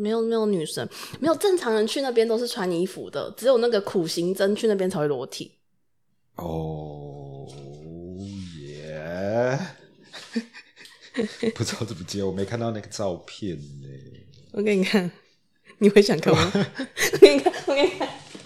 没有女生，没有正常人去那边都是穿衣服的，只有那个苦行僧去那边才会裸体。 哦耶！不知道怎么接，我没看到那个照片呢。 我给你看，你会想看吗？我给你看。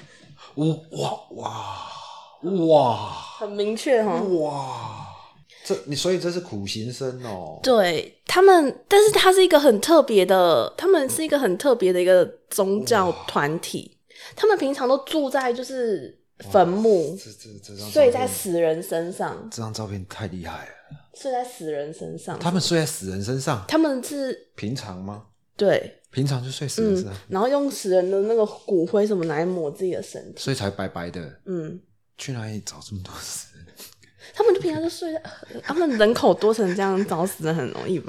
哇， 很明确齁。 哇，所以这是苦行僧哦。 对他们，但是他是一个很特别的，他们是一个很特别的一个宗教团体。他们平常都住在就是坟墓，睡在死人身上。 这张照片太厉害了。 睡在死人身上。 他们睡在死人身上？ 他们是平常吗？ 对， 平常就睡死人身上。 然后用死人的那个骨灰什么拿来抹自己的身体， 所以才白白的。去哪里找这么多死人？ 他们就平常就睡在，他们人口多成这样，找死人很容易吧？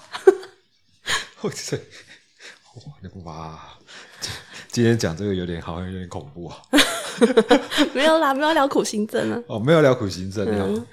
哇，今天讲这个好像有点恐怖啊。 没有啦，没有聊苦行僧啊。 哦，没有聊苦行僧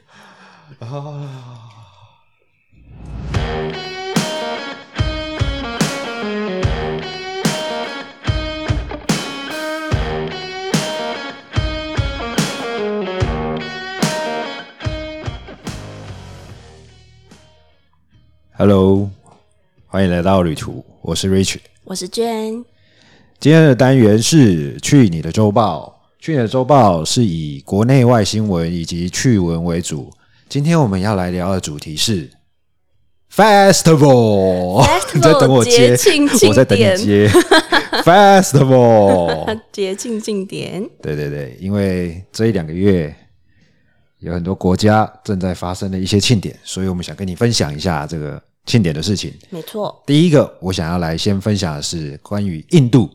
Hello， 欢迎来到旅途，我是 Rich， 我是娟。 今天的单元是去你的周报。去你的周报是以国内外新闻以及趣闻为主。今天我们要来聊的主题是 Festival。你在等我接，我在等你接。Festival 节庆庆典。 对，因为这1-2个月有很多国家正在发生的一些庆典，所以我们想跟你分享一下这个庆典的事情。 没错。第一个我想要来先分享的是关于印度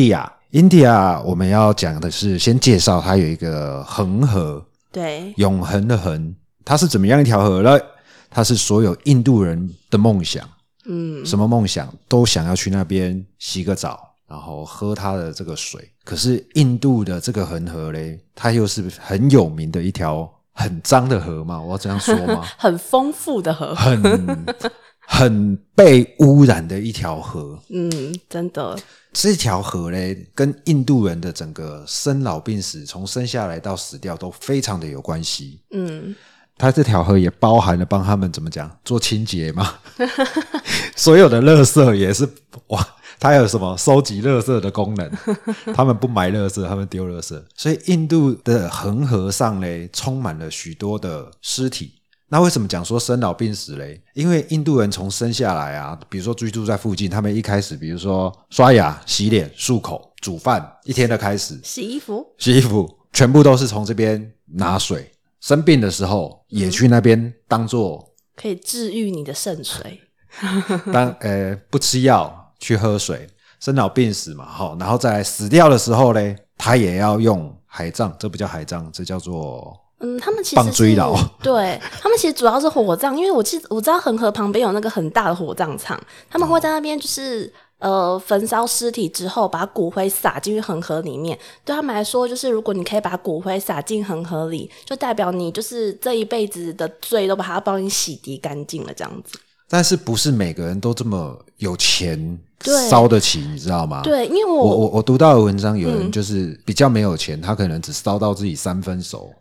India， 我们要讲的是先介绍它有一个恒河， 对， 永恒的恒，它是怎么样一条河呢？它是所有印度人的梦想。什么梦想？都想要去那边洗个澡，然后喝它的这个水。可是印度的这个恒河嘞，它又是很有名的一条很脏的河嘛，我要这样说吗？ 很丰富的河， 很被污染的一条河。 真的。 这条河嘞，跟印度人的整个生老病死，从生下来到死掉都非常的有关系。它这条河也包含了帮他们怎么讲做清洁嘛，所有的垃圾也是哇。它有什么收集垃圾的功能？他们不埋垃圾，他们丢垃圾。所以印度的恒河上嘞，充满了许多的尸体。那为什么讲说生老病死嘞？因为印度人从生下来啊，比如说居住在附近，他们一开始比如说刷牙、洗脸、漱口、煮饭，一天的开始洗衣服，全部都是从这边拿水。生病的时候也去那边当做可以治愈你的圣水。 不吃药去喝水，生老病死嘛，然后再来死掉的时候嘞，他也要用海葬，这不叫海葬，这叫做他们其实棒追牢。 对，他们其实主要是火葬，因为我知道恒河旁边有那个很大的火葬场，他们会在那边就是焚烧尸体之后，把骨灰撒进去恒河里面。对他们来说，就是如果你可以把骨灰撒进恒河里，就代表你就是这一辈子的罪都把它帮你洗涤干净了，这样子。 但是不是每个人都这么有钱烧得起，你知道吗？ 对，因为我读到的文章，有人就是比较没有钱，他可能只烧到自己3分熟。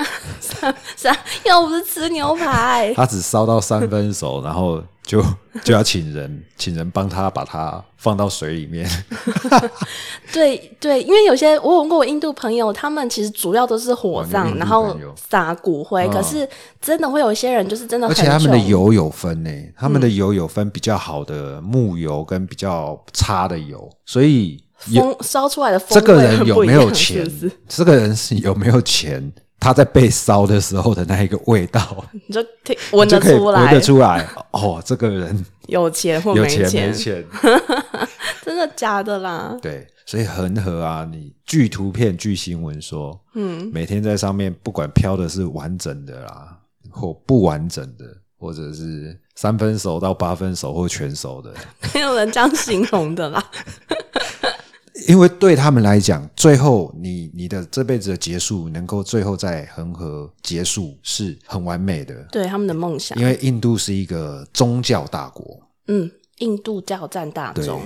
又不是吃牛排， 他只烧到3分熟，然后就要请人帮他把它放到水里面。 对，因为我问过我印度朋友，他们其实主要都是火葬，然后撒骨灰。可是真的会有一些人就是真的很穷， 而且他们的油有分欸，他们的油有分比较好的木油跟比较差的油，所以烧出来的风味这个人有没有钱？ 是不是这个人是有没有钱？他在被烧的时候的那一个味道， 你就闻得出来。哦，这个人有钱或没钱， 没钱真的假的啦？ 对，所以恒河啊，你据图片、据新闻说，每天在上面不管飘的是完整的啦，或不完整的，或者是3分熟到8分熟或全熟的， 没有人这样形容的啦。 因为对他们来讲，最后你的这辈子的结束能够最后在恒河结束是很完美的， 对他们的梦想。 因为印度是一个宗教大国， 印度教占大宗。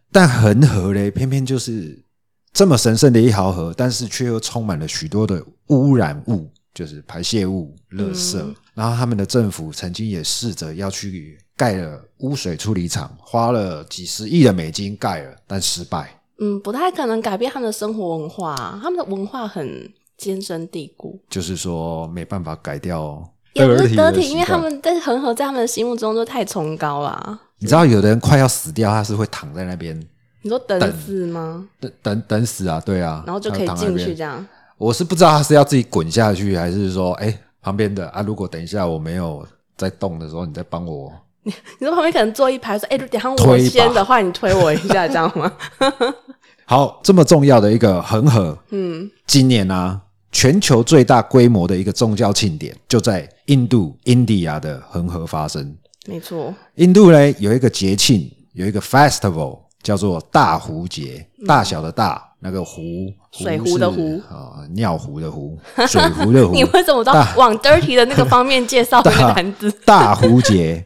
但恒河嘞，偏偏就是这么神圣的一条河，但是却又充满了许多的污染物，就是排泄物、垃圾。然后他们的政府曾经也试着要去盖了污水处理厂，花了几十亿的美金盖了，但失败。 不太可能改变他们的生活文化，他们的文化很根深蒂固， 就是说没办法改掉也不是dirty，因为他们在恒河在他们的心目中都太崇高啦。 你知道有的人快要死掉，他是会躺在那边， 你说等死吗？ 等死啊，对啊， 然后就可以进去这样。 我是不知道他是要自己滚下去，还是说旁边的如果等一下我没有在动的时候，你再帮我。 你说旁边可能坐一排说等一下我先的话你推我一下这样吗？ 好，这么重要的一个恒河，今年啊全球最大规模的一个宗教庆典就在印度 India 的恒河发生。 没错， 印度呢有一个节庆，有一个 festival 叫做大湖节，大小的大，那个湖水壶的壶尿壶的壶，水壶的壶。 你为什么都往 dirty 的那个方面介绍这个单字？ 大湖节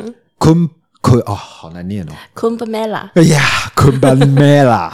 好难念哦 Kumbh Mela， 哎呀 Kumbh Mela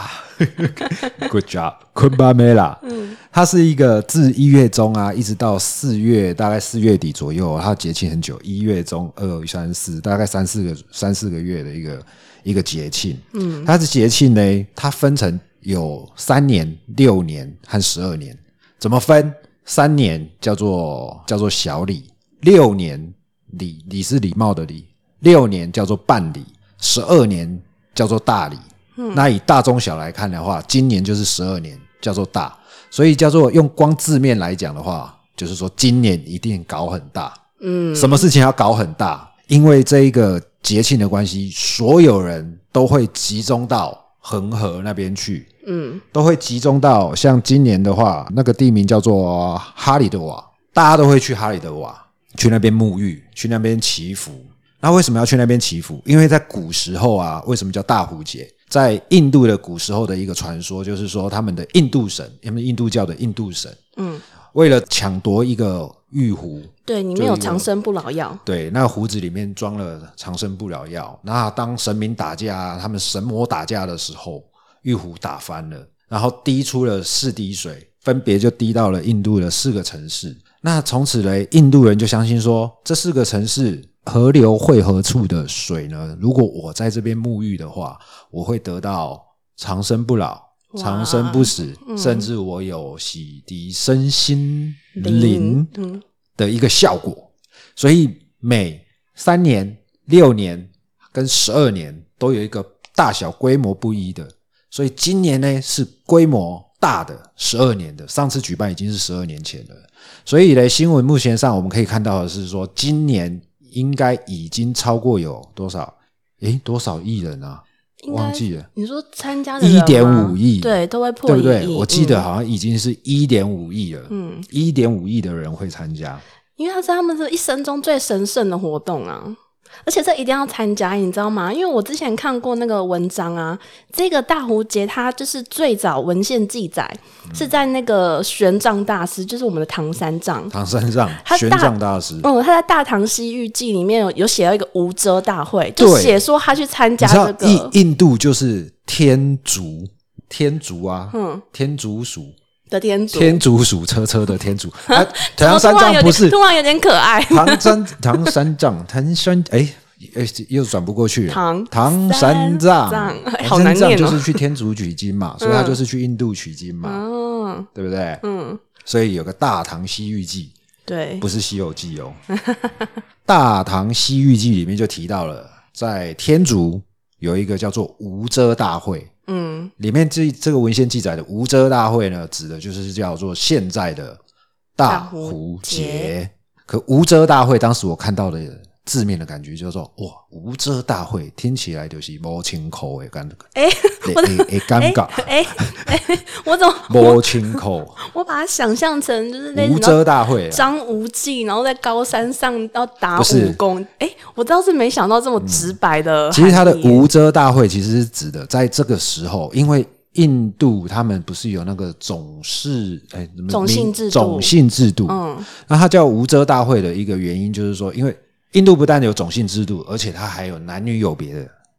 Good job Kumbh Mela，它是一个自1月中啊一直到4月，大概4月底左右，它节庆很久，1月中2、3、4大概三四个月的一个节庆。它的节庆呢，它分成有3年、6年和12年。怎么分？3年叫做小礼，6年礼是礼貌的礼，6年叫做半礼，12年叫做大礼。那以大中小来看的话，今年就是12年，叫做大，所以叫做用光字面来讲的话，就是说今年一定搞很大。什么事情要搞很大？因为这一个节庆的关系，所有人都会集中到恒河那边去。都会集中到像今年的话，那个地名叫做哈里德瓦，大家都会去哈里德瓦，去那边沐浴，去那边祈福。那为什么要去那边祈福？因为在古时候啊，为什么叫大湖节？在印度的古时候的一个传说，就是说他们的印度神，他们印度教的印度神，为了抢夺一个玉壶， 对，里面有长生不老药， 对，那个壶子里面装了长生不老药。那当神明打架，他们神魔打架的时候，玉壶打翻了，然后滴出了4滴水，分别就滴到了印度的4个城市。那从此呢，印度人就相信说，这4个城市河流汇合处的水呢，如果我在这边沐浴的话，我会得到长生不老、长生不死，甚至我有洗涤身心灵的一个效果。所以每3年、6年跟12年都有一个大小规模不一的。所以今年呢是规模大的12年的，上次举办已经是12年前了。所以呢，新闻目前上我们可以看到的是说，今年应该已经超过有多少亿人啊？忘记了。你说参加的人吗？ 1.5 亿， 对，都会破1亿， 对不对？我记得好像已经是 1.5 亿了。1.5 亿的人会参加， 因为它是他们是一生中最神圣的活动啊。而且这一定要参加，你知道吗？因为我之前看过那个文章啊，这个大湖节它就是最早文献记载是在那个玄奘大师，就是我们的唐三藏玄奘大师。 他在《大唐西域记》里面有写到一个无遮大会，就写说他去参加这个。 印度就是天竺啊，天竺鼠。 的天竺鼠车的天竺，唐三藏不是突然有点可爱。 唐三藏又转不过去了。唐三藏好难念哦， 就是去天竺取经嘛，所以他就是去印度取经嘛，对不对？所以有个《大唐西域记》，对，不是《西游记》哦，《大唐西域记》里面就提到了，在天竺有一个叫做无遮大会。里面这个文献记载的无遮大会呢，指的就是叫做现在的大湖节。可无遮大会当时我看到的字面的感觉就是说，哇，无遮大会听起来就是没清口的感觉，尴尬， 我怎么没清口？ 我把它想象成就是那无遮大会， 张无忌，然后在高山上要打武功。我倒是没想到这么直白的。 其实它的无遮大会其实是指的，在这个时候，因为印度他们不是有那个种姓制度，那它叫无遮大会的一个原因就是说，因为印度不但有种姓制度，而且它还有男女有别的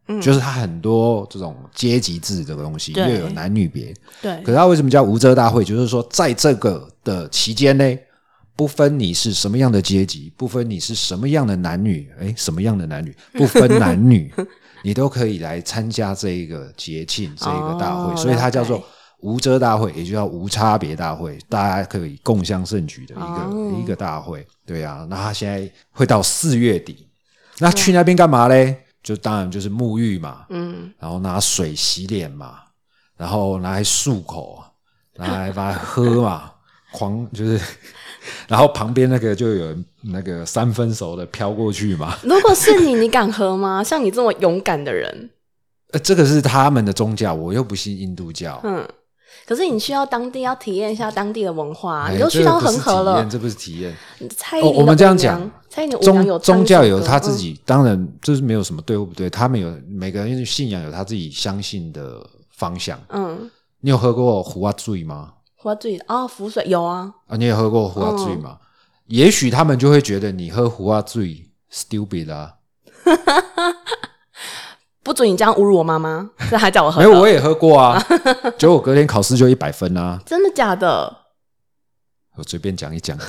就是它很多这种阶级制的东西，又有男女别。 对， 可是它为什么叫无遮大会？就是说，在这个的期间呢，不分你是什么样的阶级，不分你是什么样的男女，什么样的男女，不分男女，你都可以来参加这一个节庆，这一个大会，所以它叫做无遮大会，也就叫无差别大会，大家可以共襄盛举的一个大会。对啊，那他现在会到4月底，那去那边干嘛嘞？就当然就是沐浴嘛，然后拿水洗脸嘛，然后拿来漱口，拿来把它喝嘛，就是，然后旁边那个就有那个3分熟的飘过去嘛。 如果是你，你敢喝吗？像你这么勇敢的人， 这个是他们的宗教，我又不信印度教。 可是你去到当地要体验一下当地的文化，你都去到恒河了， 这不是体验。 蔡依林的我们这样讲， 蔡依林舞娘有宗教有他自己，当然这是没有什么对或不对，他们有每个人信仰有他自己相信的方向。你有喝过胡阿醉吗？ 胡阿醉浮水有啊。 你也喝过胡阿醉吗？也许他们就会觉得你喝胡阿醉 stupid 啊。 不准你这样侮辱我妈妈，这还叫我喝？ 没有，我也喝过啊。结果我隔天考试就100分啊。 真的假的？ 我随便讲一讲。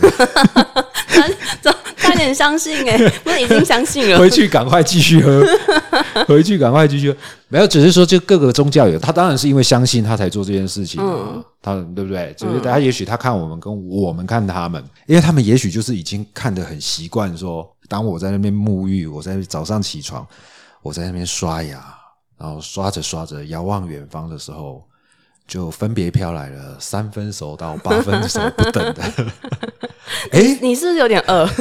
差点相信不是已经相信了。 回去赶快继续喝。回去赶快继续喝。没有，只是说就各个宗教有，他当然是因为相信他才做这件事情他对不对？就是他也许他看我们跟我们看他们，因为他们也许就是已经看得很习惯说，当我在那边沐浴，我在早上起床，我在那边刷牙，然后刷着刷着遥望远方的时候，就分别飘来了3分熟到8分熟不等的。 你是不是有点饿？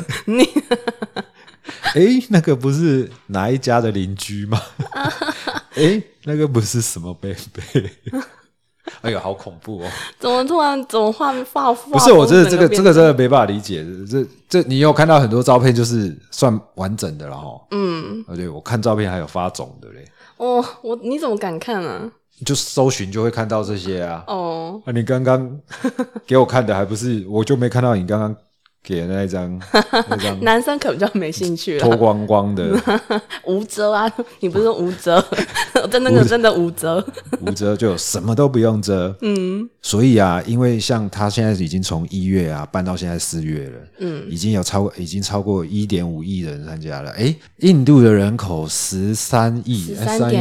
那个不是哪一家的邻居吗？那个不是什么贝贝？哎呦，好恐怖哦！ 怎么突然画不是，我这个真的没办法理解。这你有看到很多照片，就是算完整的了齁。对，我看照片还有发肿的嘞。 你怎么敢看啊？ 就搜寻就会看到这些啊。你刚刚给我看的还不是，我就没看到你刚刚给的那一张男生可能就没兴趣了， 脱光光的无遮啊！你不是说无遮？真的无遮， 无遮就什么都不用遮。所以啊，因为像他现在已经从1月啊办到现在4月了，已经超过 1.5 亿人参加了。印度的人口13亿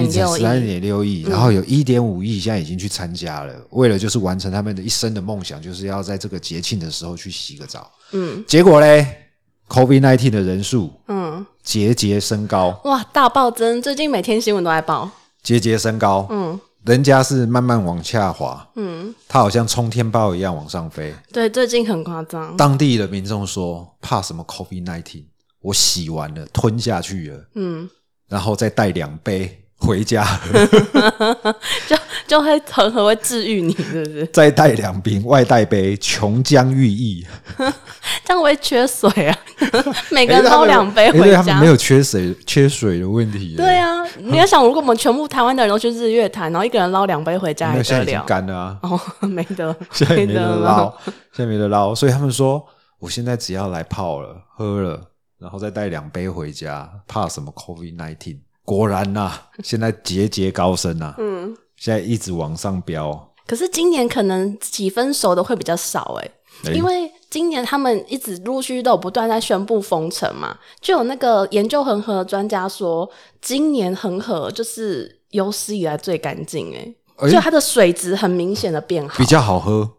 13.6 亿，然后有 1.5 亿现在已经去参加了，为了就是完成他们的一生的梦想，就是要在这个节庆的时候去洗个澡。结果嘞 COVID-19 的人数节节升高。 哇，大暴增，最近每天新闻都在报节节升高。人家是慢慢往下滑，他好像冲天炮一样往上飞。 对，最近很夸张。 当地的民众说怕什么 COVID-19， 我洗完了吞下去了，然后再带2杯回家喝。 就会恒河会治愈你，是不是？ 再带2瓶外带杯，琼浆玉液。 这样会缺水啊？每个人捞2杯回家。 他们没有缺水的问题。 对啊，你要想，如果我们全部台湾的人都去日月潭，然后一个人捞2杯回家，还得了？ 现在已经干了啊！ 没得， 现在没得捞，现在没得捞。所以他们说，我现在只要来泡了、喝了，然后再带2杯回家，怕什么 COVID-19？ 果然现在节节高升现在一直往上飙。 可是今年可能几分熟的会比较少因为今年他们一直陆续都有不断在宣布封城嘛，就有那个研究恒河的专家说，今年恒河就是有史以来最干净就它的水质很明显的变好， 比较好喝。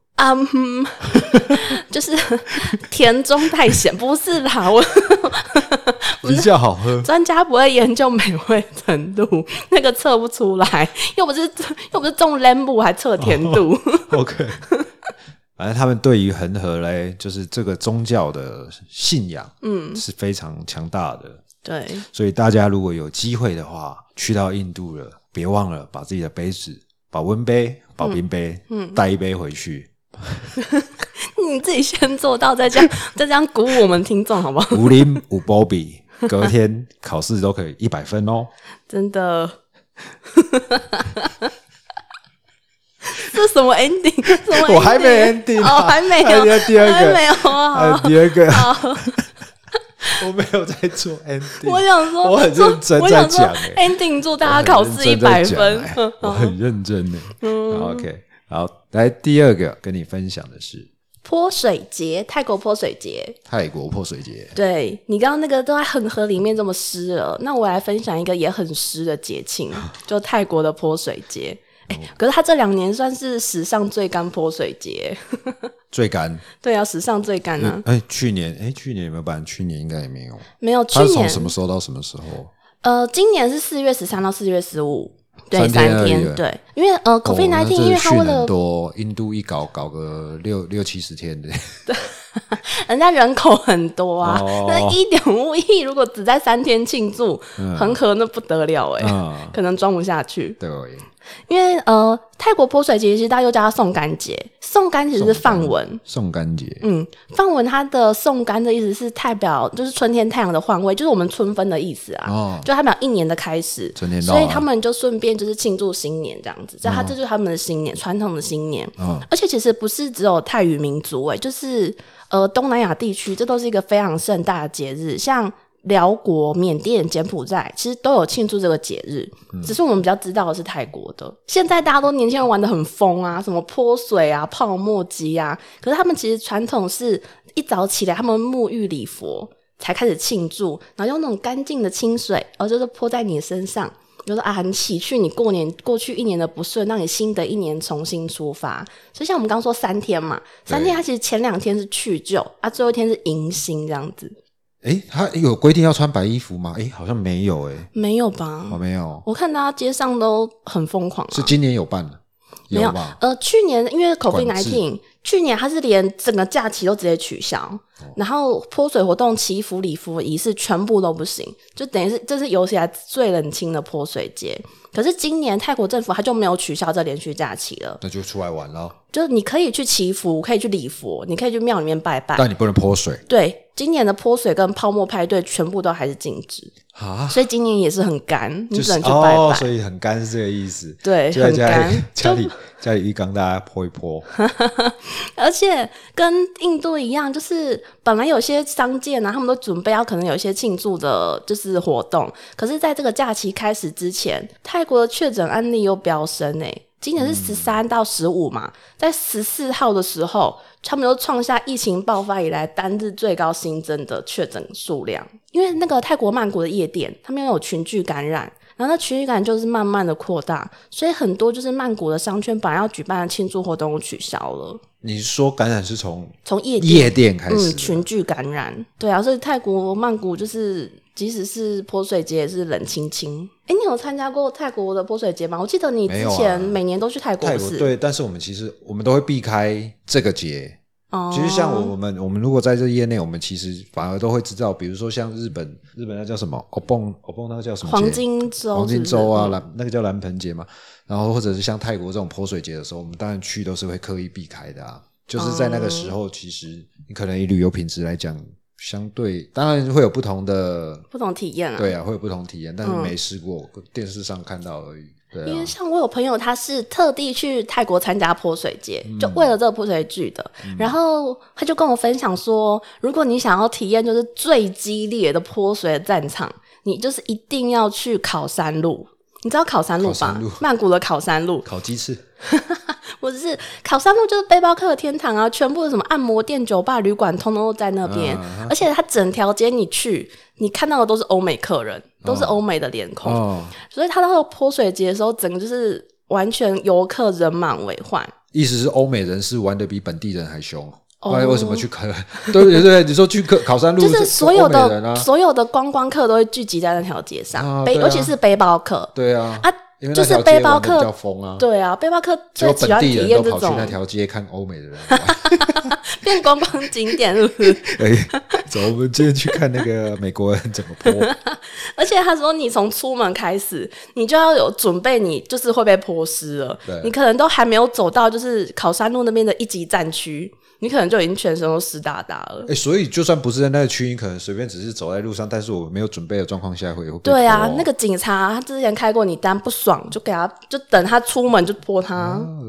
就是甜中带咸，不是啦， 比较好喝。 专家不会研究美味程度，那个测不出来，又不是种 lembu 还测甜度。 OK， 反正他们对于恒河嘞，就是这个宗教的信仰，是非常强大的。 对， 所以大家如果有机会的话，去到印度了，别忘了把自己的杯子、保温杯、保冰杯带1杯回去。 你自己先做到，再这样鼓舞我们听众好不好？ 无啉无波比，隔天考试都可以100分哦！ 真的。这什么 ending？ 我还没 ending 还没有， 还有第二个， 还没有啊， 还有第二个。 我没有在做 ending， 我想说， 我很认真在讲 ending 祝大家考试100分， 我很认真OK， 好，来第二个跟你分享的是泼水节，泰国泼水节。 泰国泼水节， 对，你刚刚那个都在恒河里面这么湿了，那我来分享一个也很湿的节庆，就泰国的泼水节。可是它这2年算是史上最干泼水节。 最干？ 对啊，史上最干啊！ 去年有没有办？去年应该也没有。 没有，去年它是从什么时候到什么时候？ 今年是4月13到4月15。对 ，3 天，对，因为COVID-19，因为他为了很多印度一搞个60-70天的， 对，人家人口很多啊，那1.5亿如果只在3天庆祝，恒河那不得了可能装不下去。 对， 因为泰国泼水节其实大家又叫它送干节，送干其实是梵文， 送干节， 梵文它的送干的意思是代表就是春天太阳的换位，就是我们春分的意思啊，就代表1年的开始， 春天到所以他们就顺便就是庆祝新年这样子，这就是他们的新年，传统的新年，而且其实不是只有泰语民族就是东南亚地区这都是一个非常盛大的节日，像辽国、缅甸、柬埔寨其实都有庆祝这个节日，只是我们比较知道的是泰国的。现在大家都年轻人玩得很疯啊，什么泼水啊、泡沫机啊，可是他们其实传统是一早起来他们沐浴礼佛才开始庆祝，然后用那种干净的清水然后就是泼在你身上，就说你洗去你过去1年的不顺，让你新的1年重新出发。所以像我们刚刚说3天嘛，3天它其实前2天是去旧最后1天是迎新这样子。 他有规定要穿白衣服吗？好像没有没有吧？ 没有。 我看大家街上都很疯狂是今年有办了？ 没有吧？去年因为 COVID-19， 去年它是连整个假期都直接取消，然后泼水活动、祈福、礼服仪式全部都不行，就等于是这是有史以来最冷清的泼水节。可是今年泰国政府他就没有取消这连续假期了， 那就出来玩了。 就是你可以去祈福，可以去礼佛，你可以去庙里面拜拜， 但你不能泼水。 对，今年的泼水跟泡沫派对全部都还是禁止所以今年也是很干，你只能去拜拜。 所以很干是这个意思。 对，很干。 家里浴缸大家泼一泼。 而且跟印度一样，就是本来有些商店他们都准备要可能有一些庆祝的就是活动，可是在这个假期开始之前，泰国的确诊案例又飙升今年是13到15嘛，在14号的时候他们又创下疫情爆发以来单日最高新增的确诊数量。因为那个泰国曼谷的夜店他们有群聚感染，然后那群聚感就是慢慢的扩大，所以很多就是曼谷的商圈本来要举办的庆祝活动都取消了。 你说感染是从夜店开始群聚感染。对啊，所以泰国曼谷就是即使是泼水节也是冷清清。你有参加过泰国的泼水节吗？我记得你之前每年都去泰国是？ 对，但是我们都会避开这个节。其实像我们如果在这业内，我们其实反而都会知道，比如说像日本那叫什么欧蹦那个叫什么节？ 黄金周啊，那个叫蓝盆节嘛。然后或者是像泰国这种泼水节的时候，我们当然去都是会刻意避开的啊。就是在那个时候，其实你可能以旅游品质来讲，相对当然会有不同体验啊。 对啊，会有不同体验，但是没试过，电视上看到而已。对啊， 因为像我有朋友他是特地去泰国参加泼水节，就为了这个泼水剧的，然后他就跟我分享说，如果你想要体验就是最激烈的泼水的战场，你就是一定要去考山路。你知道考山路吧？曼谷的考山路， 烤鸡翅。 不是，考山路就是背包客的天堂啊！全部的什么按摩店、酒吧、旅馆，通通都在那边。而且它整条街你去，你看到的都是欧美客人，都是欧美的脸孔。所以它到泼水节的时候，整个就是完全游客人满为患。 意思是欧美人是玩得比本地人还凶。为什么去考？对，你说去考山路， 就是所有的观光客都会聚集在那条街上，尤其是背包客。 对啊。 就是背包客比较疯啊， 对啊，背包客最喜欢体验这种。 本地人都跑去那条街看欧美的人变观光景点是不是？ 走，我们今天去看那个美国人怎么泼。 而且他说你从出门开始，你就要有准备，你就是会被泼湿了。你可能都还没有走到就是考山路那边的一级战区，你可能就已经全身都湿哒哒了。 所以就算不是在那个区，你可能随便只是走在路上，但是我没有准备的状况下会被泼。 对啊，那个警察他之前开过你单不爽，就等他出门就泼他。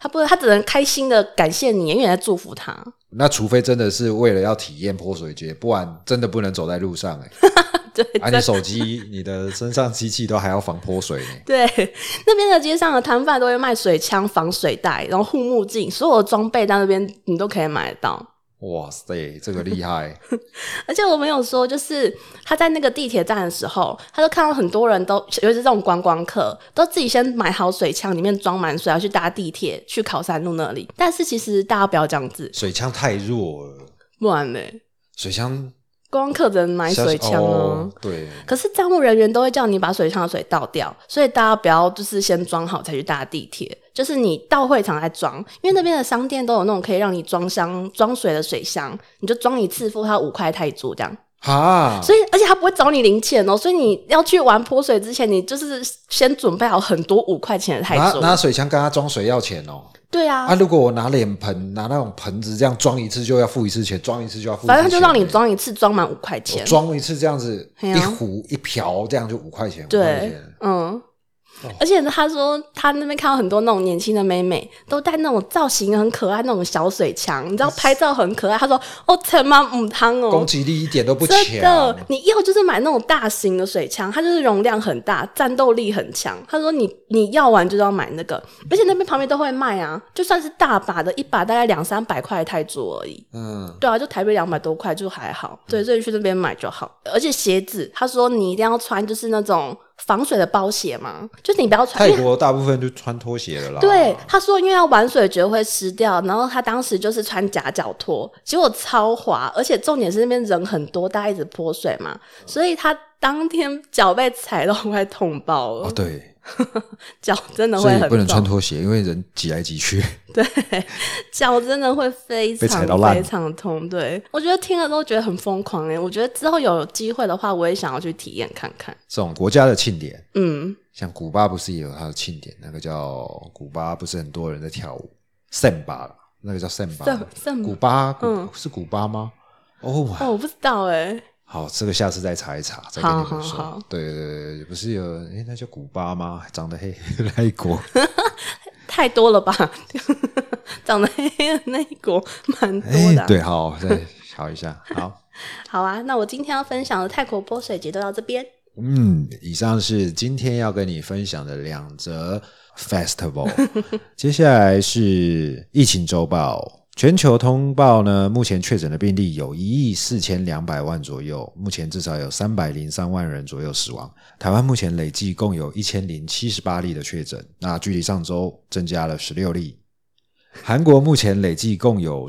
他只能开心的感谢你，因为你在祝福他。 那除非真的是为了要体验泼水节，不然真的不能走在路上对， 你手机、你的身上机器都还要防泼水呢。 对，那边的街上的摊贩都会卖水枪、防水袋，然后护目镜，所有的装备在那边你都可以买得到。 哇塞，这个厉害！ 而且我没有说，就是他在那个地铁站的时候，他就看到很多人都，尤其是这种观光客，都自己先买好水枪，里面装满水，要去搭地铁去考山路那里。但是其实大家不要这样子， 水枪太弱了， 不然嘞， 水枪观光客只能买水枪啊。 对。 可是站务人员都会叫你把水枪的水倒掉，所以大家不要就是先装好才去搭地铁。就是你到会场再装，因为那边的商店都有那种可以让你装水的水箱，你就装一次付他5块泰铢这样。 哈， 所以而且他不会找你零钱哦，所以你要去玩泼水之前，你就是先准备好很多5块钱的泰铢。 拿水枪跟他装水要钱哦。 对啊， 如果我拿脸盆，拿那种盆子这样装一次就要付一次钱，装一次就要付一次钱。 反正他就让你装一次，装满5块钱。 装一次这样子，一壶一瓢这样就5块钱。 对，而且他说他那边看到很多那种年轻的妹妹都带那种造型很可爱那种小水枪，你知道拍照很可爱。他说陈妈母汤哦， 攻击力一点都不强。 真的，你要就是买那种大型的水枪，它就是容量很大，战斗力很强。他说你要玩就要买那个，而且那边旁边都会卖啊，就算是大把的，一把大概200-300块泰铢而已。对啊，就台币200多块就还好。对，所以去那边买就好。而且鞋子，他说你一定要穿就是那种防水的包鞋嘛，就是你不要穿。 泰国大部分就穿拖鞋了啦。 对，他说因为要玩水觉得会湿掉，然后他当时就是穿夹脚拖，结果超滑，而且重点是那边人很多，大家一直泼水嘛，所以他当天脚被踩到快痛爆了。 对， 脚真的会很痛， 所以不能穿拖鞋，因为人挤来挤去。 对，脚真的会非被踩到烂， 非常痛。对，我觉得听了都觉得很疯狂我觉得之后有机会的话，我也想要去体验看看这种国家的庆典。像古巴不是也有它的庆典，那个叫古巴，不是很多人在跳舞，Samba，那个叫 Samba。古巴，是古巴吗？ 我不知道好，这个下次再查一查，再跟你们说。 好对，不是有那叫古巴吗？长得黑那一国太多了吧？长得黑黑的那一国蛮多的。 对，好，再瞧一下。 好啊，那我今天要分享的泰国泼水节就到这边。 以上是今天要跟你分享的2则 Festival。接下来是疫情周报。全球通报呢，目前确诊的病例有1.42亿左右，目前至少有303万人左右死亡。台湾目前累计共有1078例的确诊，那距离上周增加了16例。韩国目前累计共有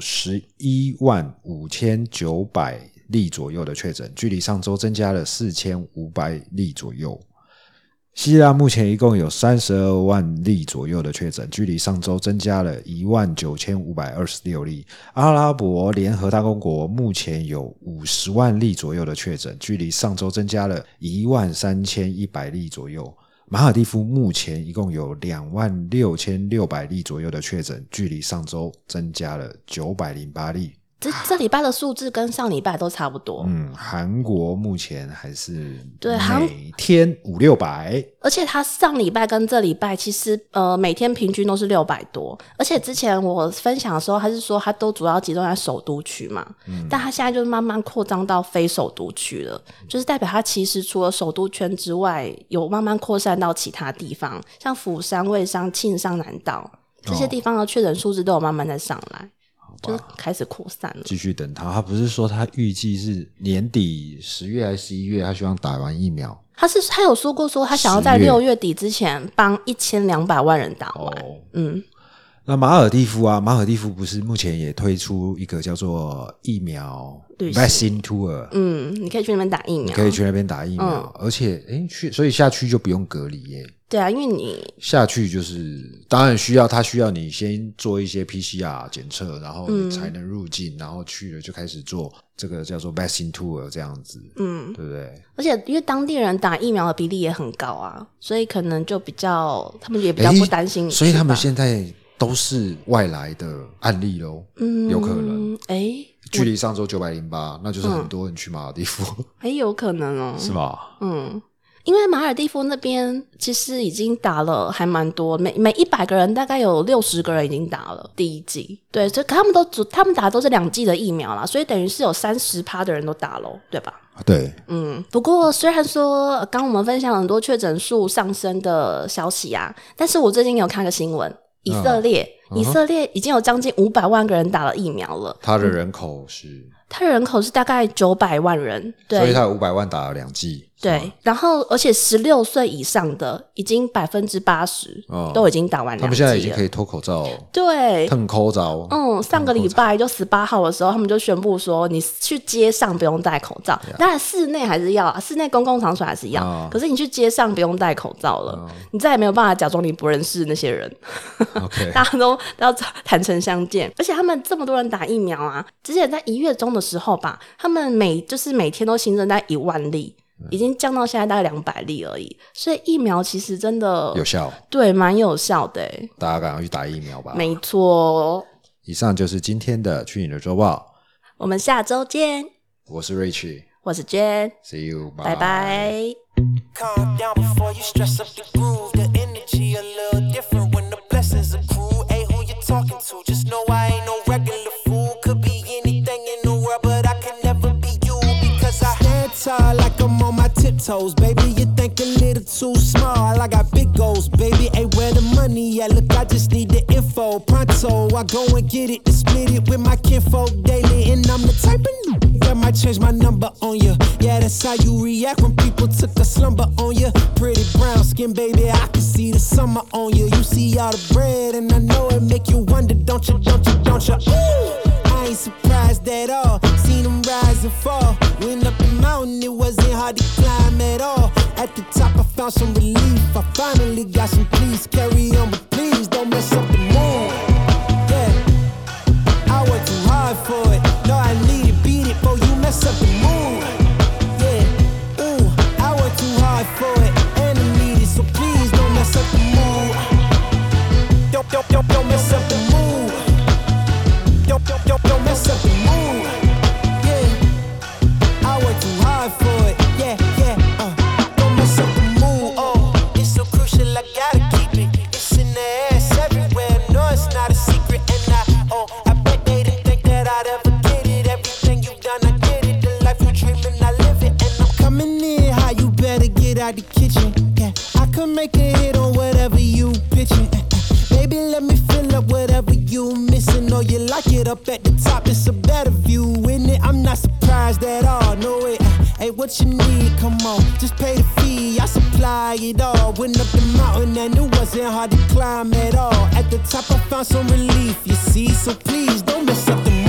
115900例左右的确诊，距离上周增加了4500例左右。希腊目前一共有32万例左右的确诊，距离上周增加了19526例。阿拉伯联合大公国目前有50万例左右的确诊，距离上周增加了13100例左右。马尔地夫目前一共有26600例左右的确诊，距离上周增加了908例。 这礼拜的数字跟上礼拜都差不多。 韩国目前还是对每天500-600， 而且他上礼拜跟这礼拜其实每天平均都是600多，而且之前我分享的时候他是说他都主要集中在首都区嘛，但他现在就慢慢扩张到非首都区了，就是代表他其实除了首都圈之外，有慢慢扩散到其他地方，像釜山、蔚山、庆尚南道这些地方的确诊数字都有慢慢在上来。就是开始扩散了， 继续等他不是说他预计是年底10月还是11月他希望打完疫苗， 他有说过说他想要在6月底之前帮1200万人打完。 那马尔地夫不是目前也推出一个叫做疫苗 Vaccine Tour， 你可以去那边打疫苗， 你可以去那边打疫苗，而且所以下去就不用隔离耶。 对啊，因为你下去就是当然他需要你先做一些 PCR 检测，然后你才能入境，然后去了就开始做这个叫做 Vaccine Tour 这样子，对不对？ 而且因为当地人打疫苗的比例也很高啊，所以可能就他们也比较不担心你， 所以他们现在都是外来的案例咯，有可能距离上周908，那就是很多人去马尔地夫， 有可能哦， 是吗？ 因为马尔地夫那边其实已经打了还蛮多，每100个人大概有60个人已经打了第一剂。对，所以可他们打的都是2剂的疫苗啦，所以等于是有30%的人都打了，对吧？ 对， 不过虽然说刚我们分享了很多确诊数上升的消息啊，但是我最近有看个新闻，以色列已经有将近500万个人打了疫苗了。 它的人口是大概900万人，对， 所以它有500万打了2剂。 对，然后而且16岁以上的已经80%都已经打完2剂了。 他们现在已经可以脱口罩， 对， 吞口罩。 上个礼拜就18号的时候，他们就宣布说，你去街上不用戴口罩，当然室内还是要啊，室内公共场所还是要，可是你去街上不用戴口罩了，你再也没有办法假装你不认识那些人。 OK， 大家都要坦诚相见。而且他们这么多人打疫苗啊，之前在1月中的时候吧，他们每天都新增大概1万例。已经降到现在大概200例而已，所以疫苗其实真的有效， 对，蛮有效的耶。 大家赶快去打疫苗吧。 没错。 以上就是今天的去你的周报， 我们下周见。 我是 Rich， 我是 Jen，See you， 拜拜。 Calm down before you stress up the groove. The energy a little different when the blessings accrue. Hey, who you talking to? Just know I ain't no regular fool. Could be anything in the world, but I can never be you because I stand tall like I'm on my tiptoes, baby. You think a little too small. I got big goals, baby. Hey, where the money at? Look, I just need the info. Pronto, I go and get it and split it with my kinfolk daily. And I'm the type of that might change my number on you. Yeah, that's how you react when people took a slumber on you. Pretty brown skin, baby, I can see the summer on you. You see all the bread, and I know it make you wonder, don't you, don't you, don't you? Ooh, I ain't surprised at all. Seen them rise and fall. Went up the mountain, it wasn't hard to climb at all. At the top, I found some relief. I finally got some peace. Carry on, but please don't mess up the mood. Yeah, I worked too hard for it. No, I need it, beat it, before you mess up the mood. Yeah, ooh, I worked too hard for it, and I need it, so please don't mess up the mood. Don't mess up the mood. Don't mess up the mood. Yeah, I worked too hard for it. Yeah, don't mess up the mood. Oh, it's so crucial, I gotta keep it. It's in the ass everywhere. No, it's not a secret, and I bet they didn't think that I'd ever get it. Everything you've done, I did it. The life you're dreaming, I live it, and I'm coming in hot. You better get out the kitchen. Yeah, I could make a hit on whatever you pitching. Baby, let me fill up whatever you missing. Or you like it up at the top, it's a better view, isn't it? I'm not surprised at all, no way. Hey, what you need, come on, just pay the fee, I supply it all. Went up the mountain and it wasn't hard to climb at all. At the top I found some relief, you see, so please don't mess up the